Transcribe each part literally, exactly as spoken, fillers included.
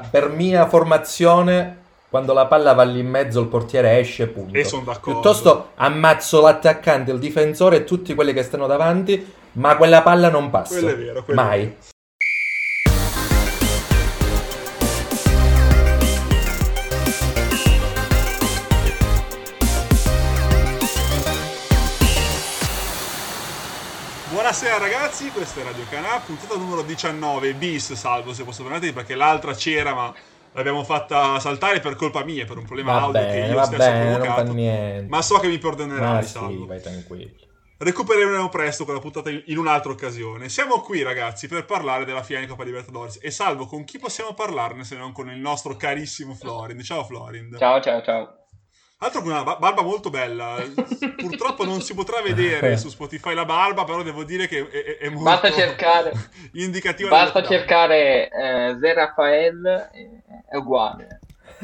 per mia formazione, quando la palla va lì in mezzo il portiere esce, punto. E sono d'accordo. Piuttosto ammazzo l'attaccante, il difensore e tutti quelli che stanno davanti, ma quella palla non passa. Quello è vero, quello mai. È vero. Buonasera ragazzi, questo è Radio Canà, puntata numero diciannove bis, salvo se posso permettermi, perché l'altra c'era ma l'abbiamo fatta saltare per colpa mia, per un problema Va audio bene, che io va stesso ho bene, non provocato, fa niente. ma so che mi perdonerai, Ma salvo. sì, vai tranquillo. Recupereremo presto quella puntata in, in un'altra occasione. Siamo qui ragazzi per parlare della finale di Coppa Libertadores e salvo, con chi possiamo parlarne se non con il nostro carissimo Florind. Ciao Florind. Ciao ciao ciao. Altro che una barba molto bella. Purtroppo non si potrà vedere su Spotify la barba, però devo dire che è, è molto basta cercare indicativa. Basta cercare eh, Zé Rafael, è uguale.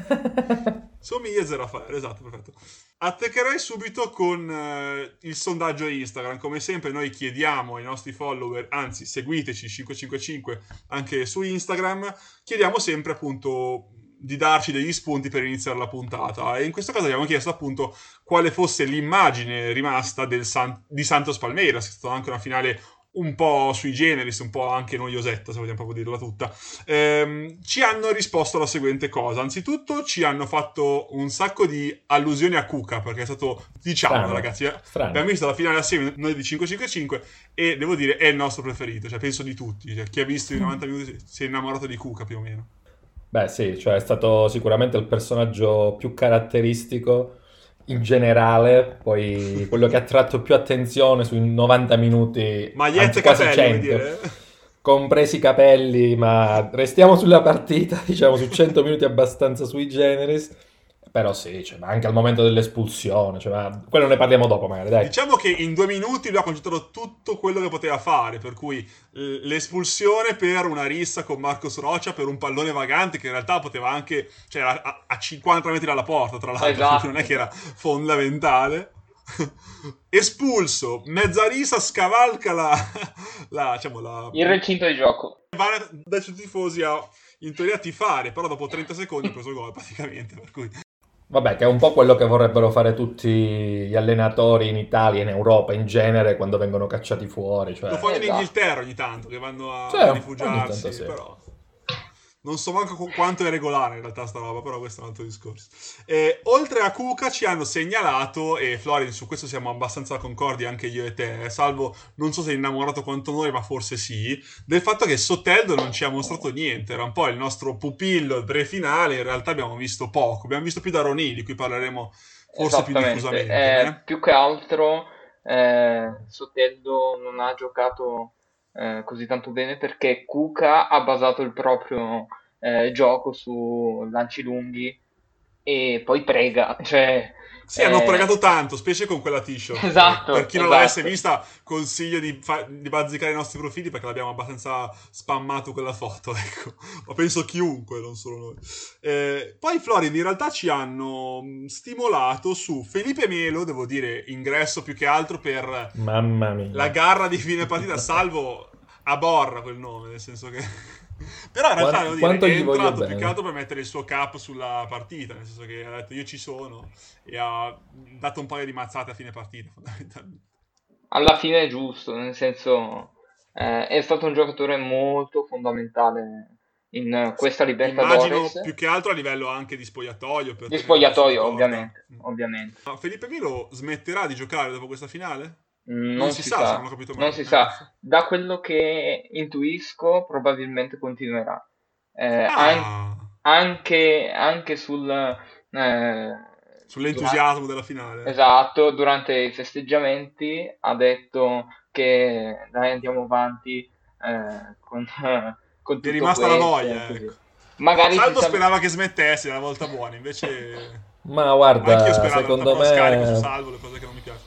Somiglia a Zé Rafael, esatto, perfetto. Attaccherei subito con eh, il sondaggio Instagram. Come sempre noi chiediamo ai nostri follower, anzi seguiteci cinque cinque cinque anche su Instagram, chiediamo sempre appunto di darci degli spunti per iniziare la puntata, e in questo caso abbiamo chiesto appunto quale fosse l'immagine rimasta del San- di Santos Palmeiras, che è stata anche una finale un po' sui generis, un po' anche noiosetta, se vogliamo proprio dirla tutta. Ehm, ci hanno risposto la seguente cosa. Anzitutto ci hanno fatto un sacco di allusioni a Cuca, perché è stato, diciamo Strano, ragazzi, eh, strano. abbiamo visto la finale assieme noi di cinque cinque cinque e devo dire è il nostro preferito, cioè penso di tutti, cioè, chi ha visto i novanta minuti si è innamorato di Cuca più o meno. Beh sì, cioè è stato sicuramente il personaggio più caratteristico in generale, poi quello che ha attratto più attenzione sui novanta minuti, Magliette anzi e quasi capelli, vuoi cento, dire? compresi i capelli, ma restiamo sulla partita, diciamo su cento minuti abbastanza sui generis. Però sì, cioè, ma anche al momento dell'espulsione, cioè, ma quello ne parliamo dopo magari, dai. Diciamo che in due minuti lui ha concentrato tutto quello che poteva fare, per cui l- l'espulsione per una rissa con Marcos Rocha per un pallone vagante che in realtà poteva anche, cioè era a, a cinquanta metri dalla porta, tra l'altro, Esatto. non è che era fondamentale. Espulso, mezza rissa, scavalca la, la, diciamo, la... Il recinto di gioco. va dai suoi tifosi a, in teoria, tifare, però dopo trenta secondi ha preso gol praticamente, per cui... Vabbè, che è un po' quello che vorrebbero fare tutti gli allenatori in Italia, in Europa in genere, quando vengono cacciati fuori. Cioè... Lo fanno in Esatto. Inghilterra ogni tanto, che vanno a, Cioè, a ogni rifugiarsi, tanto sì. però... Non so manco qu- quanto è regolare in realtà sta roba, però questo è un altro discorso. Eh, oltre a Cuca ci hanno segnalato, e Florin, su questo siamo abbastanza concordi anche io e te, salvo non so se è innamorato quanto noi, ma forse sì, del fatto che Soteldo non ci ha mostrato niente, era un po' il nostro pupillo pre-finale, in realtà abbiamo visto poco, abbiamo visto più da Ronì, di cui parleremo forse più diffusamente. Eh, eh. più che altro eh, Soteldo non ha giocato eh, così tanto bene perché Cuca ha basato il proprio eh, gioco su lanci lunghi e poi prega, cioè Sì, hanno eh, pregato tanto, specie con quella t-shirt. Esatto, Per chi non esatto. l'avesse vista, consiglio di, fa- di bazzicare i nostri profili perché l'abbiamo abbastanza spammato quella foto, ecco. Ma penso chiunque, non solo noi. Eh, poi Florid in realtà ci hanno mh, stimolato su Felipe Melo, devo dire, ingresso più che altro per Mamma mia. la garra di fine partita, salvo a borra quel nome, nel senso che... Però in realtà Quanto- devo quanto dire, è gli voglio entrato più bene. che altro per mettere il suo cap sulla partita, nel senso che ha detto io ci sono e ha dato un paio di mazzate a fine partita fondamentalmente. alla fine è giusto, nel senso eh, è stato un giocatore molto fondamentale in eh, questa Immagino Libertadores, più che altro a livello anche di spogliatoio. Per di tenere un po' sulla spogliatoio corda. ovviamente, Mm. ovviamente. Ma Felipe Melo smetterà di giocare dopo questa finale? Mm, Non, si, sa, se non ho capito male. non si Eh, sa. sì. Da quello che intuisco probabilmente continuerà. Eh, an- Ah, anche, anche sul eh, sull'entusiasmo della finale. esatto, durante i festeggiamenti ha detto che dai andiamo avanti eh, con, con È tutto rimasta la questo, voglia, così. ecco. Magari Salvo si sa- sperava che smettesse la volta buona, invece... Ma Ma guarda, anch'io speravo, secondo però scarico su me... Salvo le cose che non mi piacciono.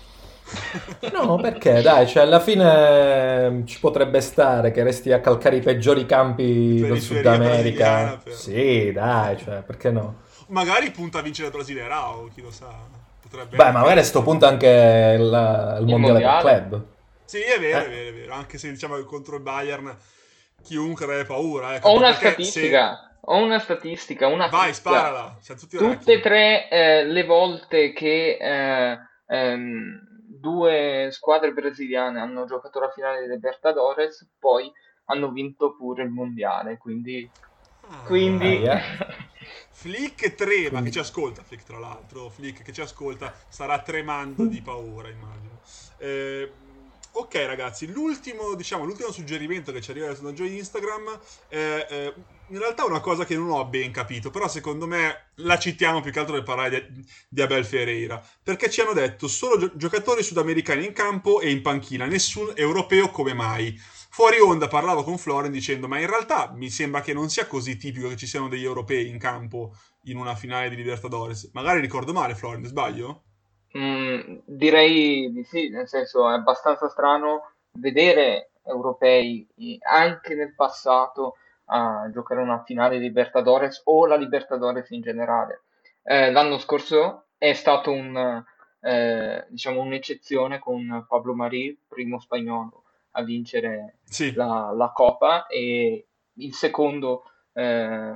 No, perché dai, cioè alla fine ci potrebbe stare che resti a calcare i peggiori campi del Sud Periferia brasiliana, America. per- Sì, dai, cioè, perché no? Magari punta a vincere il Brasile Rao, chi lo sa. Potrebbe Beh, magari a sto punto anche il, il Il mondiale per mondiale? club. Sì, è vero, Eh. è vero, è vero. Anche se diciamo che contro il Bayern chiunque avrebbe paura. Ecco, Ho una perché statistica, Ho una statistica, una Vai, chicca. sparala, siamo tutti Tutte e orecchi. tre eh, le volte che eh, ehm, due squadre brasiliane hanno giocato la finale di Libertadores, poi hanno vinto pure il mondiale. Quindi, Ah. quindi Ahia. Flick tre, ma che ci Quindi, ascolta Flick tra l'altro, Flick che ci ascolta starà tremando di paura, immagino. Eh, ok ragazzi, l'ultimo, diciamo, l'ultimo suggerimento che ci arriva dal sondaggio Instagram è eh, in realtà una cosa che non ho ben capito, però secondo me la citiamo più che altro per parlare di, di Abel Ferreira, perché ci hanno detto solo gio- giocatori sudamericani in campo e in panchina, nessun europeo, come mai? Fuori onda parlavo con Floren dicendo ma in realtà mi sembra che non sia così tipico che ci siano degli europei in campo in una finale di Libertadores. Magari ricordo male, Floren, sbaglio? Mm, direi di sì, nel senso è abbastanza strano vedere europei eh, anche nel passato a giocare una finale di Libertadores o la Libertadores in generale. Eh, l'anno scorso è stato un, eh, diciamo un'eccezione con Pablo Marí, primo spagnolo a vincere Sì. la, la Coppa e il secondo eh,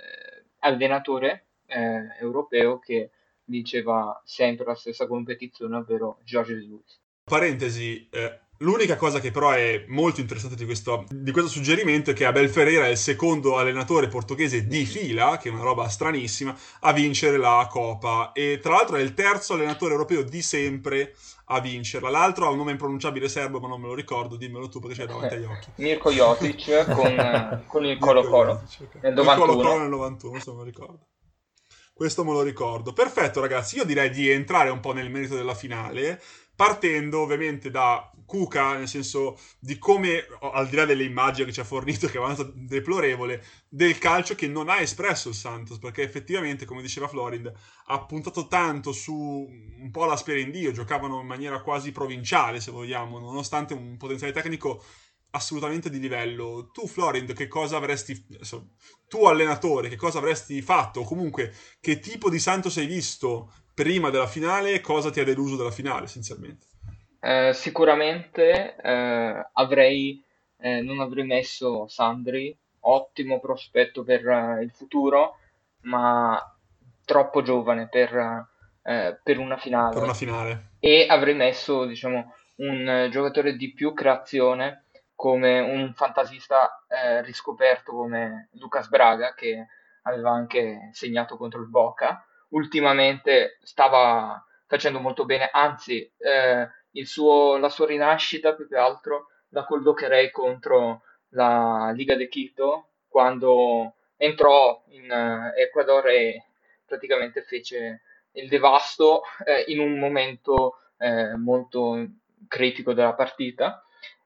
allenatore eh, europeo che vinceva sempre la stessa competizione, ovvero Jorge Jesus. Parentesi, eh, l'unica cosa che però è molto interessante di questo, di questo suggerimento è che Abel Ferreira è il secondo allenatore portoghese di fila, che è una roba stranissima, a vincere la Coppa. E tra l'altro è il terzo allenatore europeo di sempre a vincerla. L'altro ha un nome impronunciabile serbo, ma non me lo ricordo, dimmelo tu perché ce l'hai davanti agli occhi. Mirko Jotic con, con il Colo Mirko Colo Jovic, ok. nel Con il Colo Colo novantuno. nel novantuno, se me lo ricordo. Questo me lo ricordo. Perfetto, ragazzi. Io direi di entrare un po' nel merito della finale, partendo ovviamente da Cuca, nel senso di come, al di là delle immagini che ci ha fornito, che è abbastanza deplorevole, del calcio che non ha espresso il Santos, perché effettivamente, come diceva Florind, ha puntato tanto su un po' la sperendio, giocavano in maniera quasi provinciale, se vogliamo, nonostante un potenziale tecnico assolutamente di livello. Tu, Florind, che cosa avresti, tu allenatore, che cosa avresti fatto? O comunque, che tipo di Santos hai visto prima della finale e cosa ti ha deluso della finale, essenzialmente? Eh, sicuramente eh, avrei, eh, non avrei messo Sandri, ottimo prospetto per eh, il futuro, ma troppo giovane per, eh, per una Per una finale. finale. E avrei messo, diciamo, un eh, giocatore di più creazione come un fantasista eh, riscoperto come Lucas Braga, che aveva anche segnato contro il Boca. Ultimamente stava facendo molto bene, anzi, eh, il suo- la sua rinascita più che altro la collocherei contro la Liga de Quito quando entrò in eh, Ecuador e praticamente fece il devasto eh, in un momento eh, molto critico della partita.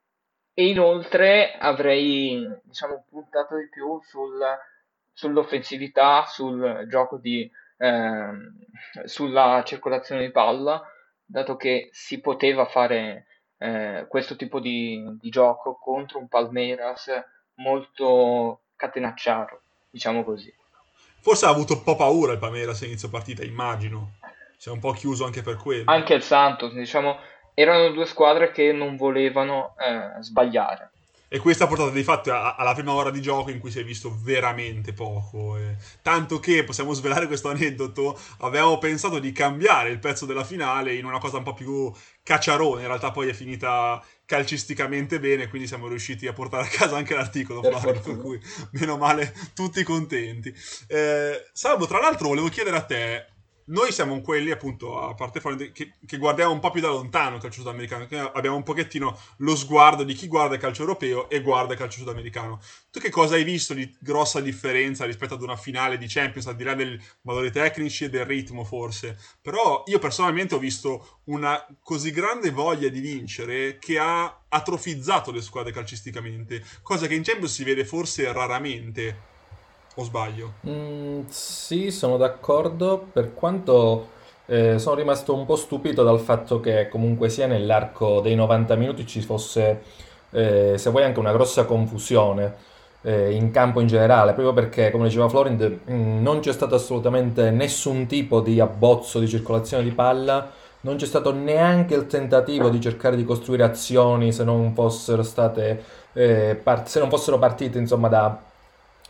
E inoltre avrei, diciamo, puntato di più sul- sull'offensività, sul gioco di, ehm, sulla circolazione di palla, dato che si poteva fare eh, questo tipo di, di gioco contro un Palmeiras molto catenacciato, diciamo così. Forse ha avuto un po' paura il Palmeiras a inizio partita, immagino. Si è un po' chiuso anche per quello. Anche il Santos, diciamo, erano due squadre che non volevano eh, sbagliare. E questo ha portato dei fatti a- alla prima ora di gioco in cui si è visto veramente poco. eh. Tanto che, possiamo svelare questo aneddoto, avevamo pensato di cambiare il pezzo della finale in una cosa un po' più cacciarone. In realtà poi è finita calcisticamente bene, quindi siamo riusciti a portare a casa anche l'articolo, Per Flavio, per fortuna. cui meno male tutti contenti. Eh, Salvo, tra l'altro volevo chiedere a te, noi siamo quelli appunto, a parte Florent, che, che guardiamo un po' più da lontano il calcio sudamericano, che abbiamo un pochettino lo sguardo di chi guarda il calcio europeo e guarda il calcio sudamericano. Tu che cosa hai visto di grossa differenza rispetto ad una finale di Champions, al di là dei valori tecnici e del ritmo forse? Però io personalmente ho visto una così grande voglia di vincere che ha atrofizzato le squadre calcisticamente, cosa che in Champions si vede forse raramente, o sbaglio? Mm, sì, sono d'accordo, per quanto eh, sono rimasto un po' stupito dal fatto che comunque sia nell'arco dei novanta minuti ci fosse, eh, se vuoi, anche una grossa confusione eh, in campo in generale, proprio perché, come diceva Florent, mm, non c'è stato assolutamente nessun tipo di abbozzo di circolazione di palla, non c'è stato neanche il tentativo di cercare di costruire azioni se non fossero state, eh, part- se non fossero partite, insomma, da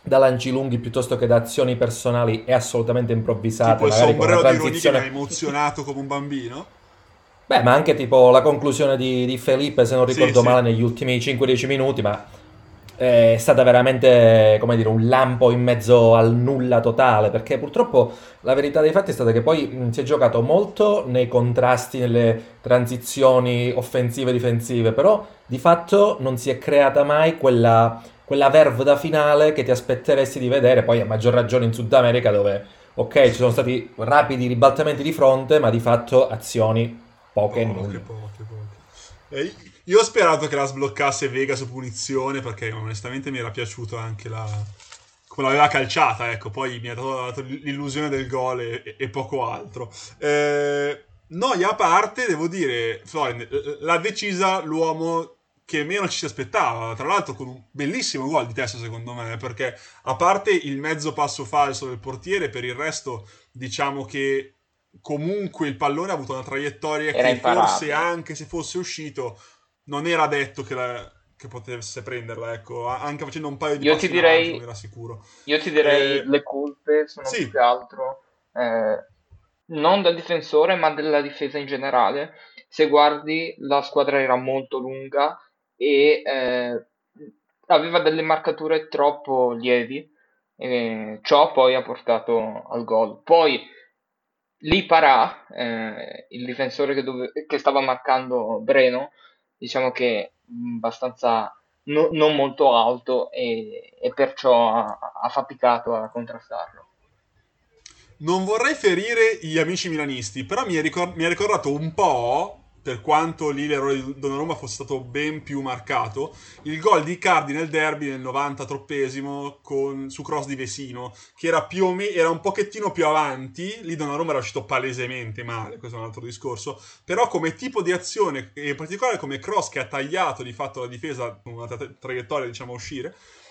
da lanci lunghi piuttosto che da azioni personali e assolutamente improvvisate, Tipo il magari con una sombrero di Ronì che mi ha transizione. emozionato come un bambino. Beh, ma anche tipo la conclusione di, di Felipe, se non Sì, ricordo sì. male, negli ultimi cinque dieci minuti, ma eh, è stata veramente, come dire, un lampo in mezzo al nulla totale, perché purtroppo la verità dei fatti è stata che poi mh, si è giocato molto nei contrasti, nelle transizioni offensive e difensive, però di fatto non si è creata mai quella, quella verve da finale che ti aspetteresti di vedere, poi a maggior ragione in Sud America dove, ok, ci sono stati rapidi ribaltamenti di fronte, ma di fatto azioni poche e Poche, nulle. poche, poche. E io ho sperato che la sbloccasse Vega su punizione perché onestamente mi era piaciuto anche la... come l'aveva calciata, ecco, poi mi ha dato, dato l'illusione del gol e, e poco altro. Eh, noia a parte, devo dire, Florin l'ha decisa l'uomo che meno ci si aspettava, tra l'altro con un bellissimo gol di testa secondo me, perché a parte il mezzo passo falso del portiere, per il resto diciamo che comunque il pallone ha avuto una traiettoria Era che forse imparabile. anche se fosse uscito non era detto che, la- che potesse prenderla, ecco, A- anche facendo un paio di Io ti passi in avanti non direi, era sicuro. io ti direi Eh, le colpe sono più che sì, altro eh, non del difensore, ma della difesa in generale. Se guardi, la squadra era molto lunga e eh, aveva delle marcature troppo lievi. E ciò poi ha portato al gol. Poi lì Parà, eh, il difensore che, dove- che stava marcando Breno, diciamo che mh, abbastanza no- non molto alto e, e perciò ha, ha faticato a contrastarlo. non vorrei ferire gli amici milanisti, però mi, è ricor- mi ha ricordato un po', per quanto lì l'errore di Donnarumma fosse stato ben più marcato, il gol di Icardi nel derby nel novanta troppesimo con, su cross di Vesino, che era più o meno, era un pochettino più avanti, lì Donnarumma era uscito palesemente male, questo è un altro discorso, però come tipo di azione, e in particolare come cross che ha tagliato di fatto la difesa con una tra- traiettoria diciamo a uscire,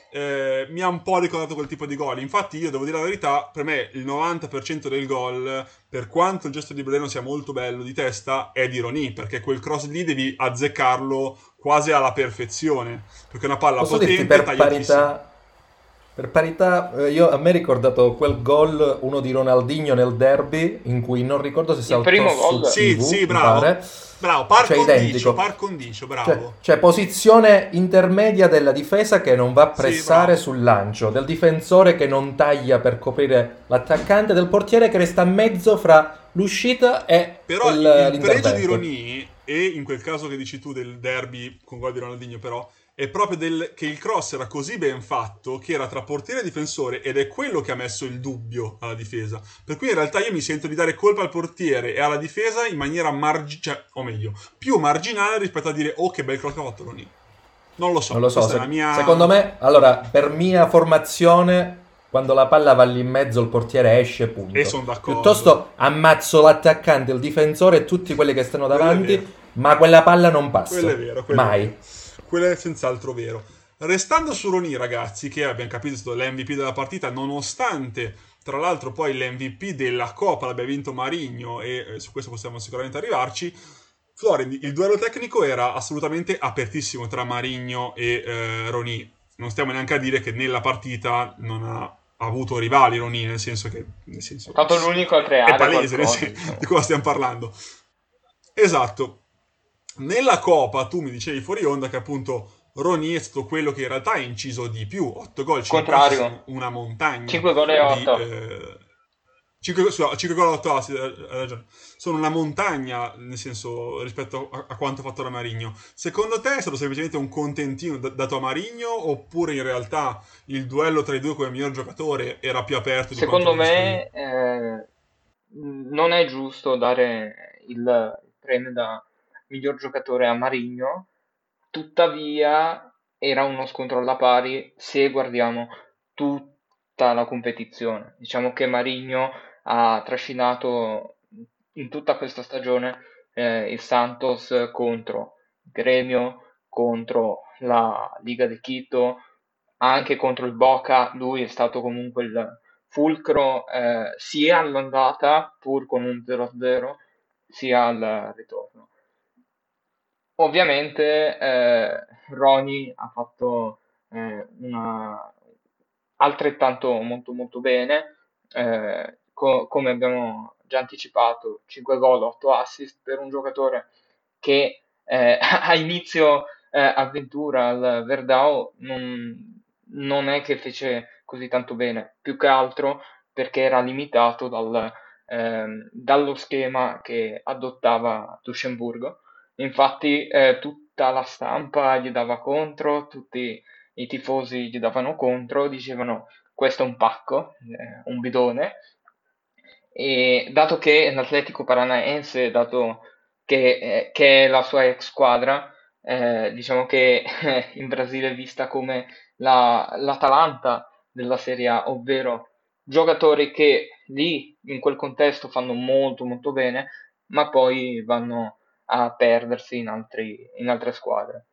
eh, mi ha un po' ricordato quel tipo di gol. Infatti, io devo dire la verità: per me il novanta per cento del gol, per quanto il gesto di Breno sia molto bello di testa, è di Ronì, perché quel cross lì devi azzeccarlo quasi alla perfezione. Perché è una palla Posso dirti potente, per tagliatissima. parità, per parità, eh, io, a me è ricordato quel gol, uno di Ronaldinho nel derby, in cui non ricordo se Il saltò primo su gol, Sì, T V, sì, mi bravo. pare, Bravo, par cioè condicio, identico. par condicio, Cioè, bravo. cioè, posizione intermedia della difesa che non va a Sì, pressare bravo. sul lancio, del difensore che non taglia per coprire l'attaccante, del portiere che resta a mezzo fra l'uscita e Però il- il pregio di l'intervento. Ronì, e in quel caso che dici tu del derby con gol di Ronaldinho, però, è proprio del, che il cross era così ben fatto che era tra portiere e difensore ed è quello che ha messo il dubbio alla difesa. Per cui in realtà io mi sento di dare colpa al portiere e alla difesa in maniera marginale, cioè, o meglio, più marginale rispetto a dire oh che bel cross che ha fatto Ronì. Non lo Non so, lo so, questa è la se- secondo mia... me, allora, per mia formazione, quando la palla va lì in mezzo, il portiere esce, E punto. sono d'accordo. Piuttosto ammazzo l'attaccante, il difensore e tutti quelli che stanno Quello è vero. davanti, ma quella palla non Quello è passa. vero, quello è Mai. vero. Quello è senz'altro vero. Restando su Roni, ragazzi, che abbiamo capito è stato l'M V P della partita, nonostante tra l'altro poi l'M V P della Coppa l'abbia vinto Marigno e eh, su questo possiamo sicuramente arrivarci. Florin, il duello tecnico era assolutamente apertissimo tra Marigno e eh, Roni. Non stiamo neanche a dire che nella partita non ha avuto rivali Roni, nel senso che nel è senso, stato l'unico a è creare palese nel qualcosa, sen- di diciamo. cosa stiamo parlando. Esatto. Nella Copa tu mi dicevi fuori onda che appunto Roni è stato quello che in realtà ha inciso di più, otto gol, cinque assist, Contrario, sono una montagna cinque gol e di... otto. Eh, cinque, scusa, cinque gol, otto assist, hai ragione. Sono una montagna, nel senso, rispetto a, a quanto fatto da Marigno. Secondo te è stato semplicemente un contentino d- dato a Marigno oppure in realtà il duello tra i due come miglior giocatore era più aperto di quanto Secondo l'ho visto io? me eh, non è giusto dare il, il premio da miglior giocatore a Marigno, tuttavia era uno scontro alla pari se guardiamo tutta la competizione. Diciamo che Marigno ha trascinato in tutta questa stagione eh, il Santos contro il Gremio, contro la Liga de Quito, anche contro il Boca. Lui è stato comunque il fulcro eh, sia all'andata, pur con un zero a zero, sia al ritorno. Ovviamente eh, Roni ha fatto eh, una, altrettanto molto molto bene, eh, co- come abbiamo già anticipato, cinque gol, otto assist per un giocatore che eh, a inizio eh, avventura al Verdao non, non è che fece così tanto bene, più che altro perché era limitato dal, ehm, dallo schema che adottava Lussemburgo. Infatti eh, tutta la stampa gli dava contro, tutti i tifosi gli davano contro, dicevano questo è un pacco, eh, un bidone, e dato che l'Atletico Paranaense, dato che, eh, che è la sua ex squadra, eh, diciamo che in Brasile è vista come la- l'Atalanta della Serie A, ovvero giocatori che lì in quel contesto fanno molto molto bene, ma poi vanno a perdersi in altri- in altre squadre.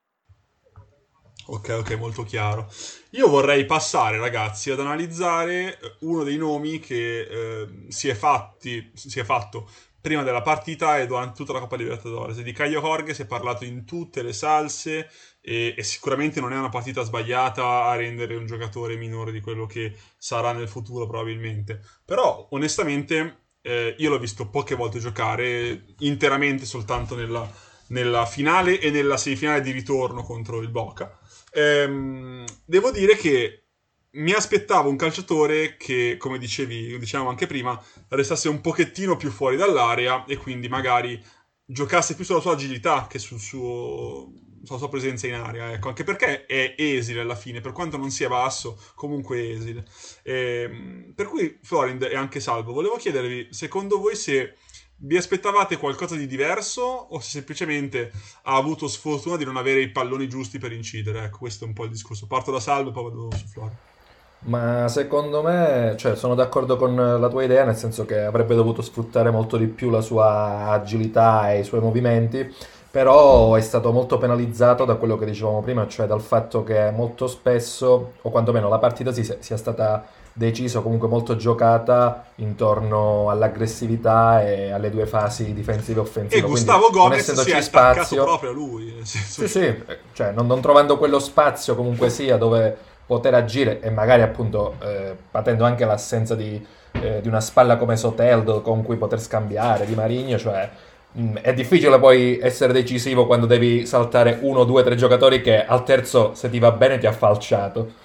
Ok, ok, molto chiaro. Io vorrei passare, ragazzi, ad analizzare eh, uno dei nomi che eh, si è fatti, si è fatto prima della partita e durante tutta la Coppa Libertadores. Di Caio Jorge si è parlato in tutte le salse e, e sicuramente non è una partita sbagliata a rendere un giocatore minore di quello che sarà nel futuro probabilmente. Però, onestamente, eh, io l'ho visto poche volte giocare, interamente soltanto nella, nella finale e nella semifinale di ritorno contro il Boca. Ehm, devo dire che mi aspettavo un calciatore che, come dicevi, dicevamo anche prima, restasse un pochettino più fuori dall'area e quindi magari giocasse più sulla sua agilità che sul suo, sulla sua presenza in area, ecco, anche perché è esile alla fine, per quanto non sia basso, comunque è esile. Ehm, per cui Florind e anche Salvo, volevo chiedervi, secondo voi se vi aspettavate qualcosa di diverso o se semplicemente ha avuto sfortuna di non avere i palloni giusti per incidere? Ecco, questo è un po' il discorso. Parto da Salvo e poi vado su Florian. Ma secondo me, cioè, sono d'accordo con la tua idea, nel senso che avrebbe dovuto sfruttare molto di più la sua agilità e i suoi movimenti, però è stato molto penalizzato da quello che dicevamo prima, cioè dal fatto che molto spesso, o quantomeno la partita si- sia stata decisa, o comunque molto giocata intorno all'aggressività e alle due fasi difensiva e E offensiva. Quindi, Gustavo non Gomez si è essendoci attaccato spazio, proprio a lui, nel senso sì, che... sì, eh, cioè non, non trovando quello spazio comunque sia dove poter agire e magari appunto eh, patendo anche l'assenza di, eh, di una spalla come Soteldo con cui poter scambiare, di Marigno, cioè mh, è difficile poi essere decisivo quando devi saltare uno, due, tre giocatori che al terzo, se ti va bene, ti ha falciato.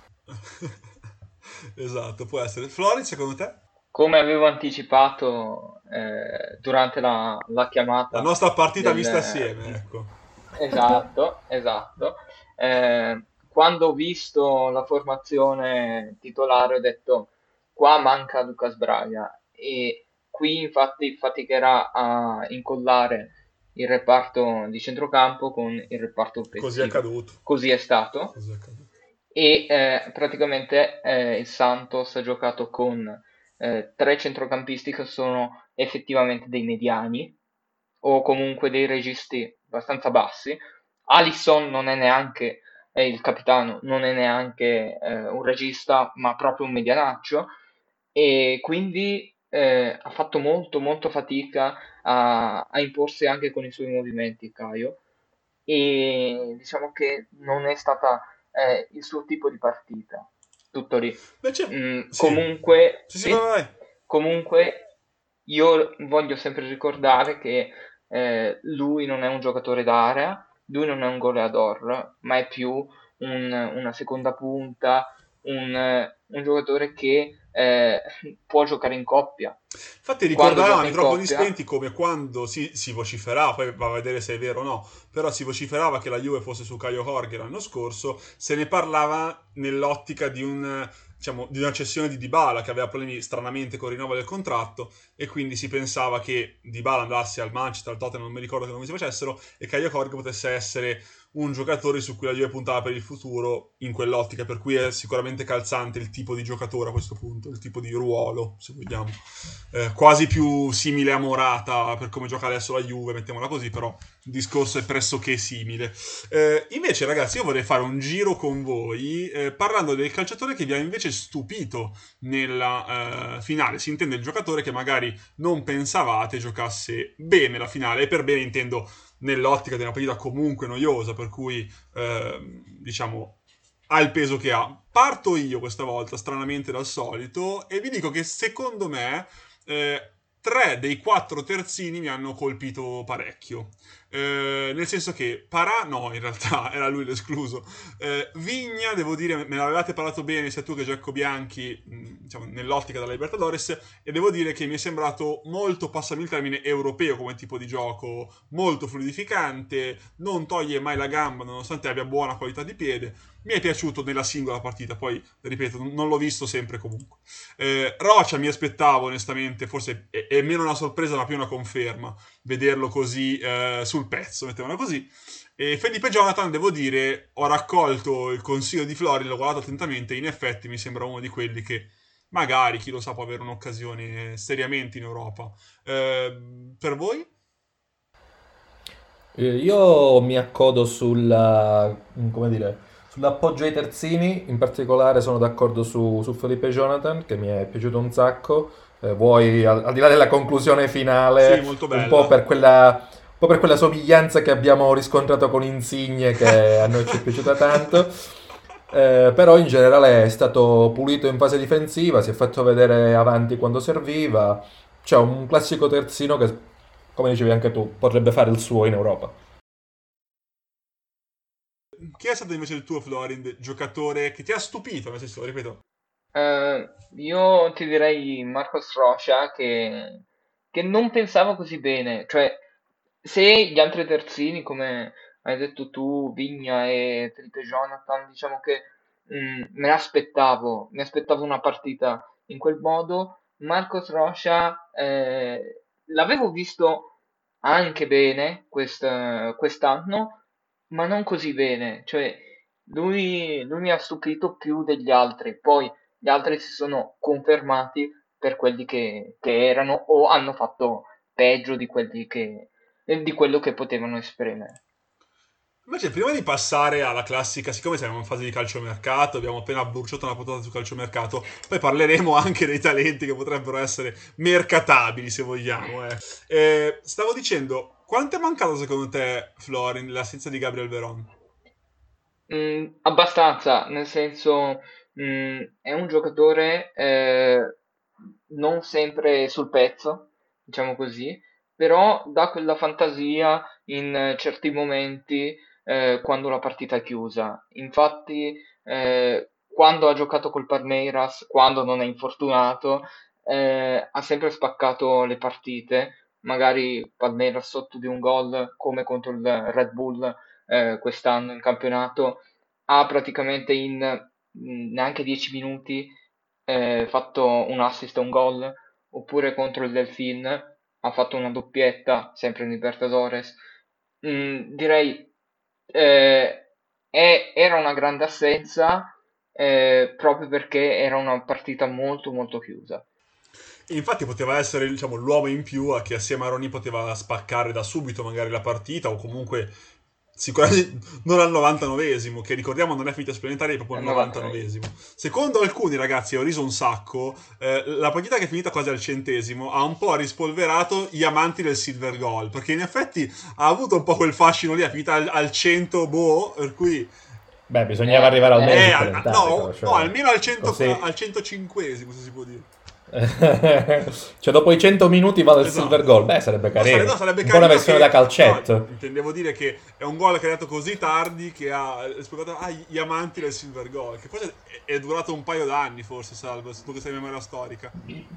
Esatto, può essere. Flori, secondo te? Come avevo anticipato eh, durante la, la La chiamata nostra partita vista del... assieme, ecco. Esatto, esatto. Eh, quando ho visto la formazione titolare ho detto qua manca Lucas Braga e qui infatti faticherà a incollare il reparto di centrocampo con il reparto Così è offensivo. accaduto. Così è stato Così è accaduto. e eh, praticamente eh, il Santos ha giocato con eh, tre centrocampisti che sono effettivamente dei mediani o comunque dei registi abbastanza bassi. Alisson non è neanche eh, il capitano, non è neanche eh, un regista, ma proprio un medianaccio e quindi eh, ha fatto molto molto fatica a, a imporsi anche con i suoi movimenti, Caio, e diciamo che non è stata eh, il suo tipo di partita. Tutto lì. Invece, Mm, sì. comunque, Sì, sì, vai, sì, vai. comunque io voglio sempre ricordare che eh, lui non è un giocatore d'area, lui non è un goleador, ma è più un- una seconda punta, un, eh, un giocatore che eh, può giocare in coppia. Infatti Quando ricordavamo a gioca in microfoni coppia, spenti come quando si, si vociferava, poi va a vedere se è vero o no, però si vociferava che la Juve fosse su Caio Jorge l'anno scorso, se ne parlava nell'ottica di, un, diciamo, di una cessione di Dybala che aveva problemi stranamente con il rinnovo del contratto e quindi si pensava che Dybala andasse al Manchester, al Tottenham, non mi ricordo che nome si facessero, e Caio Jorge potesse essere un giocatore su cui la Juve puntava per il futuro in quell'ottica, per cui è sicuramente calzante il tipo di giocatore a questo punto, il tipo di ruolo, se vogliamo. Eh, quasi più simile a Morata per come gioca adesso la Juve, mettiamola così, però il discorso è pressoché simile. Eh, invece, ragazzi, io vorrei fare un giro con voi eh, parlando del calciatore che vi ha invece stupito nella eh, finale. Si intende il giocatore che magari non pensavate giocasse bene la finale, e per bene intendo nell'ottica di una partita comunque noiosa, per cui, eh, diciamo, ha il peso che ha. Parto io questa volta, stranamente dal solito, e vi dico che secondo me eh, tre dei quattro terzini mi hanno colpito parecchio. Eh, nel senso che Parà, no, in realtà era lui l'escluso. Eh, Vigna, devo dire, me ne avevate parlato bene sia tu che Giacco Bianchi, mh, diciamo, nell'ottica della Libertadores, e devo dire che mi è sembrato molto, passami il termine, europeo come tipo di gioco, molto fluidificante, non toglie mai la gamba nonostante abbia buona qualità di piede. Mi è piaciuto nella singola partita, poi ripeto, non l'ho visto sempre comunque. Eh, Rocha mi aspettavo onestamente, forse è, è meno una sorpresa ma più una conferma, vederlo così eh, sul pezzo, mettiamola così. E Felipe Jonathan, devo dire, ho raccolto il consiglio di Flori, l'ho guardato attentamente, in effetti mi sembra uno di quelli che magari, chi lo sa, può avere un'occasione seriamente in Europa. Eh, per voi? Eh, Io mi accodo sulla, come dire, sull'appoggio ai terzini, in particolare sono d'accordo su, su Felipe Jonathan, che mi è piaciuto un sacco. Eh, vuoi, al, al di là della conclusione Sì, finale, molto un po' bella. per quella, un po' per quella somiglianza che abbiamo riscontrato con Insigne, che a noi ci è piaciuta tanto. Eh, però in generale è stato pulito in fase difensiva, si è fatto vedere avanti quando serviva. C'è un classico terzino che, come dicevi anche tu, potrebbe fare il suo in Europa. Chi è stato invece il tuo Florin, giocatore che ti ha stupito, nel senso, ripeto, Eh, io ti direi Marcos Rocha che, che non pensavo così bene, cioè se gli altri terzini, come hai detto tu, Vigna e Felipe Jonathan, diciamo che mm, me l'aspettavo, mi aspettavo una partita in quel modo, Marcos Rocha eh, l'avevo visto anche bene quest- quest'anno, ma non così bene, cioè lui, lui mi ha stupito più degli altri, poi gli altri si sono confermati per quelli che, che erano o hanno fatto peggio di quelli che, di quello che potevano esprimere. invece, prima di passare alla classica, siccome siamo in fase di calciomercato, abbiamo appena bruciato una puntata su calciomercato, poi parleremo anche dei talenti che potrebbero essere mercatabili, se vogliamo. Eh. Eh, stavo dicendo, quanto è mancato secondo te, Florin, l'assenza di Gabriel Veron? Mm, abbastanza, nel senso, mm, è un giocatore eh, non sempre sul pezzo, diciamo così, però dà quella fantasia in eh, certi momenti eh, quando la partita è chiusa. Infatti, eh, quando ha giocato col Palmeiras, quando non è infortunato, eh, ha sempre spaccato le partite, magari Palmeiras sotto di un gol come contro il Red Bull eh, quest'anno in campionato, ha praticamente in mh, neanche dieci minuti eh, fatto un assist e un gol, oppure contro il Delfin ha fatto una doppietta, sempre in Libertadores. Mm, direi eh, è- era una grande assenza eh, proprio perché era una partita molto molto chiusa. Infatti poteva essere, diciamo, l'uomo in più a che assieme a Roni poteva spaccare da subito magari la partita o comunque sicuramente non al novantanovesimo, che ricordiamo non è finita supplementare, è proprio Nel al novantanovesimo. novantanovesimo. Secondo alcuni ragazzi, ho riso un sacco, eh, la partita che è finita quasi al centesimo ha un po' rispolverato gli amanti del Silver Goal, perché in effetti ha avuto un po' quel fascino lì, è finita al, al cento, boh, per cui... Beh, bisognava Eh, arrivare almeno Eh, eh, al- a- supplementari, però, no, no, cioè, almeno al, cento, così. al centocinquesimo, se si può dire. Cioè, dopo i cento minuti vale il silver Esatto. goal. Beh, sarebbe No, sare- carino. no, sarebbe Un po' una carino versione da che... No, calcetto. intendevo dire che è un gol creato così tardi che ha espletato ah, gli amanti del Silver Goal, che forse è, è durato un paio d'anni, forse, Salvo, se tu che sei in memoria storica.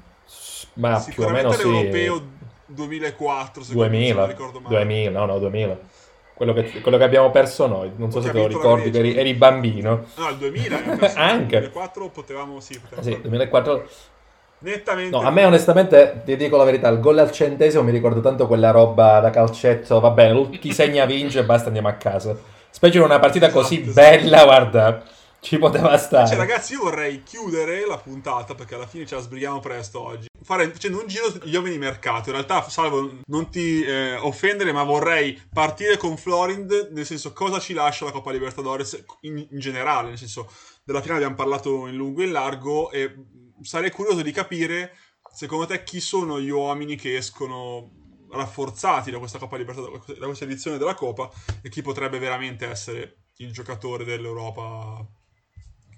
Ma più o meno Sicuramente sì. l'europeo duemilaquattro, secondo, se non duemila. ricordo male. duemila, no, no, duemila. Quello che, quello che abbiamo perso noi. Non O so che se ha te lo vinto la ricordi, che Grecia, eri, così. eri bambino. No, il duemila abbiamo perso noi, il Anche. duemilaquattro potevamo, sì, potevamo Sì, fare duemilaquattro. No, nettamente a me meglio. onestamente, ti dico la verità, il gol al centesimo mi ricordo tanto quella roba da calcetto, va bene, l'ult- chi segna vince e basta, andiamo a casa. Specie in una partita così Esatto, esatto. bella, guarda, ci poteva Invece, stare. ragazzi, io vorrei chiudere la puntata perché alla fine ce la sbrighiamo presto oggi. Fare, facendo un giro sugli uomini di mercato. In realtà, Salvo, non ti eh, offendere, ma vorrei partire con Florind. Nel senso, cosa ci lascia la Coppa Libertadores in, in generale. Nel senso, della finale abbiamo parlato in lungo e in largo. E sarei curioso di capire, secondo te, chi sono gli uomini che escono rafforzati da questa Coppa Libertadores, da questa edizione della Coppa, e chi potrebbe veramente essere il giocatore dell'Europa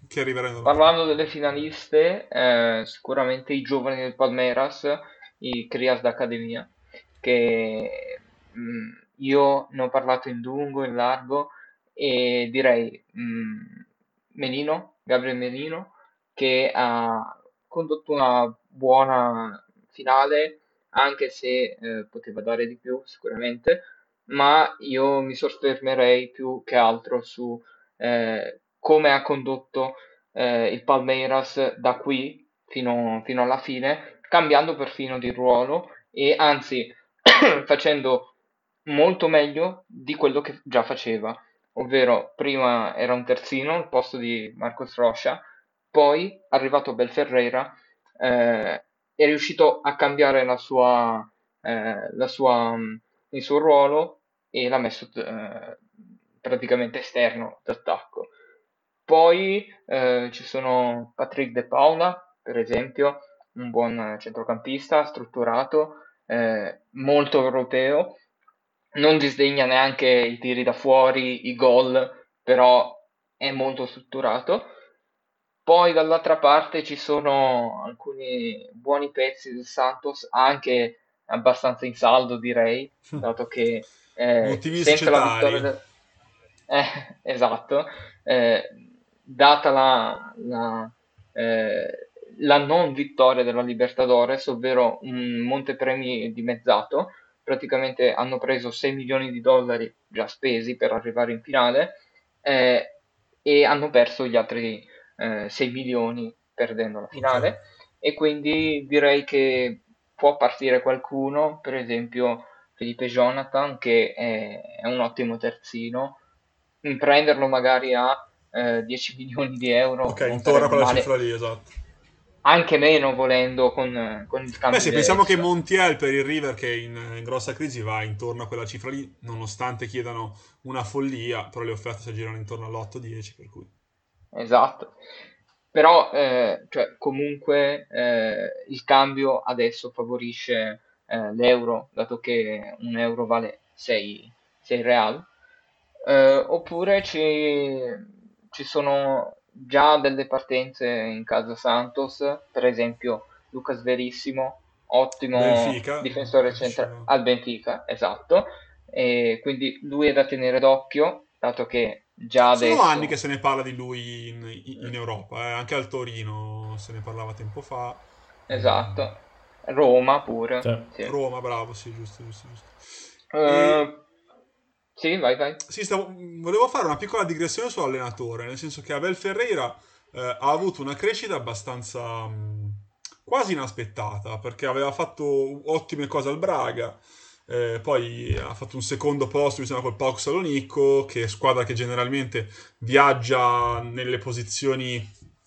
che arriveranno. Parlando delle finaliste, eh, sicuramente i giovani del Palmeiras, i Crias d'Accademia, che mh, io ne ho parlato in lungo, in largo e direi mh, Menino, Gabriel Menino, che ha condotto una buona finale, anche se eh, poteva dare di più sicuramente, ma io mi soffermerei più che altro su eh, come ha condotto eh, il Palmeiras da qui fino, fino alla fine, cambiando perfino di ruolo e anzi facendo molto meglio di quello che già faceva, ovvero prima era un terzino al posto di Marcos Rocha, poi arrivato Belferreira eh, è riuscito a cambiare la sua, eh, la sua, mh, il suo ruolo e l'ha messo eh, praticamente esterno d'attacco. Poi eh, ci sono Patrick De Paula, per esempio, un buon centrocampista, strutturato, eh, molto europeo, non disdegna neanche i tiri da fuori, i gol, però è molto strutturato. Poi dall'altra parte ci sono alcuni buoni pezzi del Santos, anche abbastanza in saldo direi, dato che eh, Motivi senza la vittoria societari. del... Eh, esatto, eh, data la, la, eh, la non vittoria della Libertadores, ovvero un montepremi dimezzato, praticamente hanno preso sei milioni di dollari già spesi per arrivare in finale eh, e hanno perso gli altri eh, sei milioni perdendo la Ok. finale e quindi direi che può partire qualcuno, per esempio Felipe Jonathan, che è, è un ottimo terzino, prenderlo magari a eh, dieci milioni di euro Ok, non intorno a sarebbe quella male, cifra lì, esatto. anche meno volendo con, con il Beh cambio sì, di pensiamo che adesso. Montiel per il River, che è in, in grossa crisi, va intorno a quella cifra lì, nonostante chiedano una follia, però le offerte si aggirano intorno all'otto dieci, per cui... Esatto. Però eh, cioè, comunque eh, il cambio adesso favorisce eh, l'euro, dato che un euro vale sei, sei real. Eh, oppure ci, ci sono già delle partenze in casa Santos, per esempio Lucas Verissimo, ottimo Benfica, difensore usciva... centrale al Benfica, esatto, e quindi lui è da tenere d'occhio, dato che già Sono anni che adesso, se ne parla di lui in, in Europa, eh. Anche al Torino se ne parlava tempo fa. Eh, esatto, Roma pure, Cioè, sì. Roma, bravo, sì, giusto, giusto, giusto. E Eh, sì, vai, vai. sì, stavo- volevo fare una piccola digressione sull'allenatore, nel senso che Abel Ferreira eh, ha avuto una crescita abbastanza mh, quasi inaspettata, perché aveva fatto ottime cose al Braga, eh, poi ha fatto un secondo posto insieme col PAOK Salonicco, che è squadra che generalmente viaggia nelle posizioni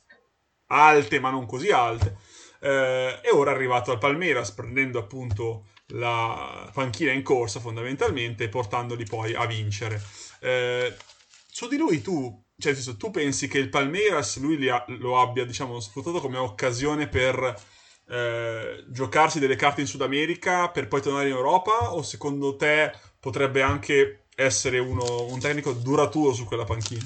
alte ma non così alte, eh, e ora è arrivato al Palmeiras prendendo appunto la panchina in corsa fondamentalmente e portandoli poi a vincere. Eh, su di lui tu, cioè nel senso, tu pensi che il Palmeiras lui ha, lo abbia diciamo sfruttato come occasione per eh, giocarsi delle carte in Sud America per poi tornare in Europa, o secondo te potrebbe anche essere uno, un tecnico duraturo su quella panchina?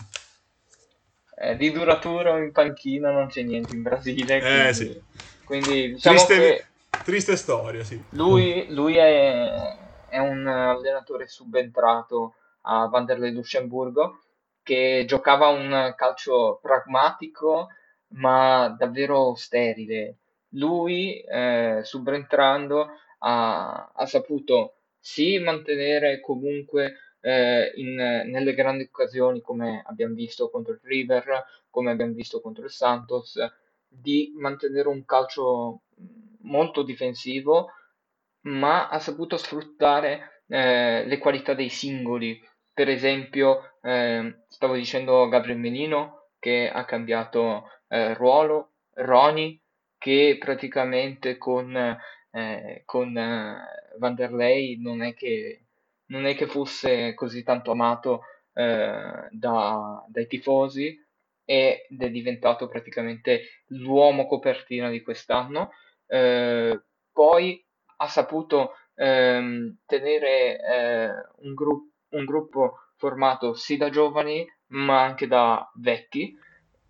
Eh, di duraturo in panchina non c'è niente in Brasile, Eh sì, quindi, quindi diciamo triste, che triste storia, sì. lui, lui è, è un allenatore subentrato a Vanderlei Lussemburgo che giocava un calcio pragmatico ma davvero sterile. Lui, eh, subentrando, ha, ha saputo sì mantenere comunque eh, in- nelle grandi occasioni, come abbiamo visto contro il River, come abbiamo visto contro il Santos, di mantenere un calcio molto difensivo, ma ha saputo sfruttare eh, le qualità dei singoli. Per esempio, ehm, stavo dicendo Gabriel Menino che ha cambiato eh, ruolo, Roni che praticamente con, eh, con eh, Vanderlei non è che, non è che fosse così tanto amato eh, da- dai tifosi ed è diventato praticamente l'uomo copertina di quest'anno. Eh, Poi ha saputo ehm, tenere eh, un, gru- un gruppo formato sì da giovani ma anche da vecchi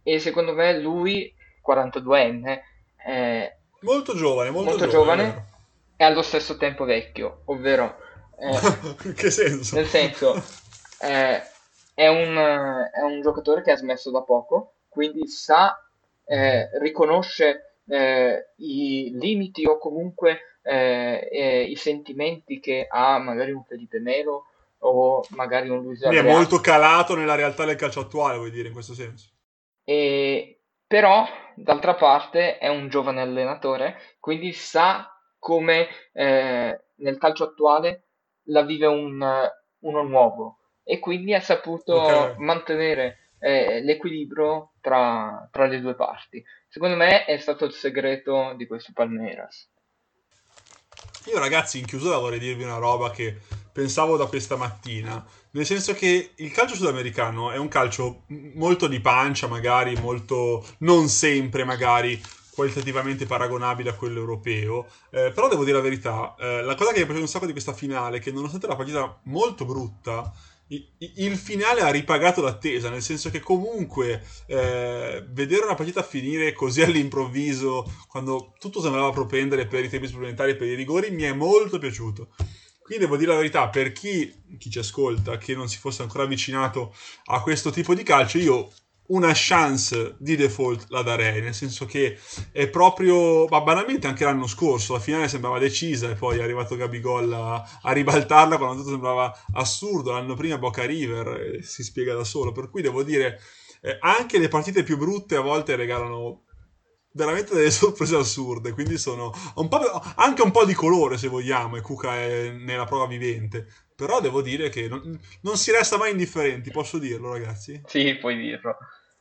e secondo me lui, quarantaduenne, è Molto giovane, molto, molto giovane, è giovane e allo stesso tempo vecchio, ovvero, eh, vero. In che senso? nel senso, eh, è un, eh, è un giocatore che ha smesso da poco, quindi sa, eh, riconosce eh, i limiti o comunque eh, eh, i sentimenti che ha magari un Felipe Melo o magari un Luis Quindi è Adriano. molto calato nella realtà del calcio attuale, vuoi dire, in questo senso? E, però, d'altra parte, è un giovane allenatore, quindi sa come eh, nel calcio attuale la vive un, uno nuovo e quindi ha Ok. saputo mantenere eh, l'equilibrio tra, tra le due parti. Secondo me è stato il segreto di questo Palmeiras. Io ragazzi in chiusura vorrei dirvi una roba che pensavo da questa mattina, nel senso che il calcio sudamericano è un calcio m- molto di pancia, magari molto non sempre magari qualitativamente paragonabile a quello europeo, eh, però devo dire la verità, eh, la cosa che mi piace un sacco di questa finale è che nonostante la partita molto brutta, i- i- il finale ha ripagato l'attesa, nel senso che comunque eh, vedere una partita finire così all'improvviso, quando tutto sembrava propendere per i tempi supplementari e per i rigori, mi è molto piaciuto. Quindi devo dire la verità, per chi, chi ci ascolta, che non si fosse ancora avvicinato a questo tipo di calcio, io una chance di default la darei, nel senso che è proprio, ma banalmente anche l'anno scorso, la finale sembrava decisa e poi è arrivato Gabigol a, a ribaltarla quando tutto sembrava assurdo, l'anno prima Boca River eh, si spiega da solo, per cui devo dire eh, anche le partite più brutte a volte regalano veramente delle sorprese assurde, quindi sono un po', anche un po' di colore se vogliamo, e Cuca è nella prova vivente, però devo dire che non, non si resta mai indifferenti, posso dirlo ragazzi? Sì, puoi dirlo.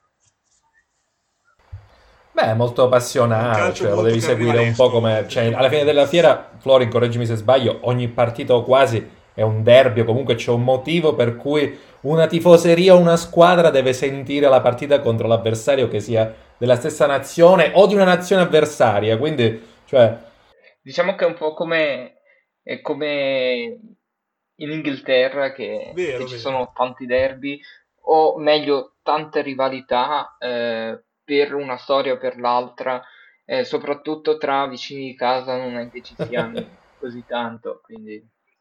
Beh, è molto È un passionale, calcio cioè lo molto devi seguire un po' carnevalesco, come... se Cioè, ci alla fine volete. della fiera, Florin, correggimi se sbaglio, ogni partita o quasi è un derby o comunque c'è un motivo per cui una tifoseria o una squadra deve sentire la partita contro l'avversario che sia della stessa nazione o di una nazione avversaria, quindi, cioè... Diciamo che è un po' come, è come in Inghilterra che, che Vero, ci vero. sono tanti derby, o meglio, tante rivalità eh, per una storia o per l'altra, eh, soprattutto tra vicini di casa non è che ci si ami così tanto, quindi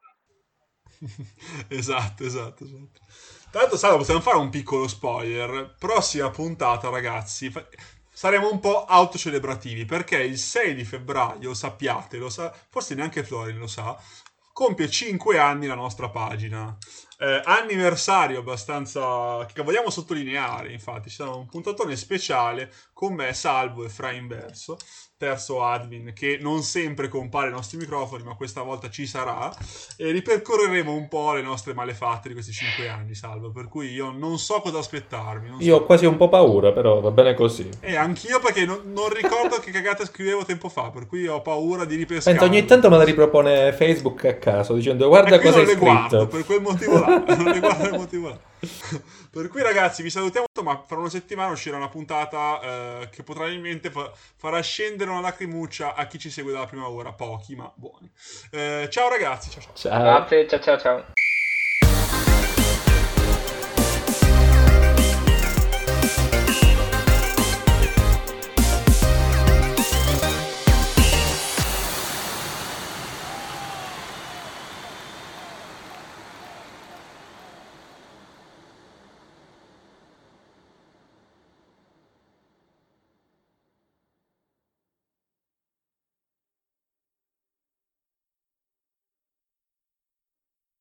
esatto, esatto, esatto. Tra l'altro, Sara, possiamo fare un piccolo spoiler. Prossima puntata, ragazzi, fa- saremo un po' autocelebrativi perché il sei di febbraio, sappiate, lo sa, forse neanche Florin lo sa, compie cinque anni la nostra pagina. Eh, anniversario abbastanza che vogliamo sottolineare, infatti, ci sarà un puntatone speciale con me, Salvo e Fra Inverso, terzo admin che non sempre compare ai nostri microfoni, ma questa volta ci sarà e ripercorreremo un po' le nostre malefatte di questi cinque anni, Salvo, per cui io non so cosa aspettarmi, non Io so ho quasi cosa. un po' paura, però va bene così. E anch'io perché non, non ricordo che cagata scrivevo tempo fa, per cui ho paura di Penso ogni ripescarle tanto me la forse. ripropone Facebook a caso, dicendo guarda Ecco, io cosa non hai le guardo scritto. per quel motivo là. Non le guardo per quel motivo là. Per cui, ragazzi, vi salutiamo. Ma fra una settimana uscirà una puntata eh, che probabilmente fa- farà scendere una lacrimuccia a chi ci segue dalla prima ora. Pochi, ma buoni. Eh, ciao, ragazzi. Ciao, ciao. Ciao. grazie, ciao ciao ciao.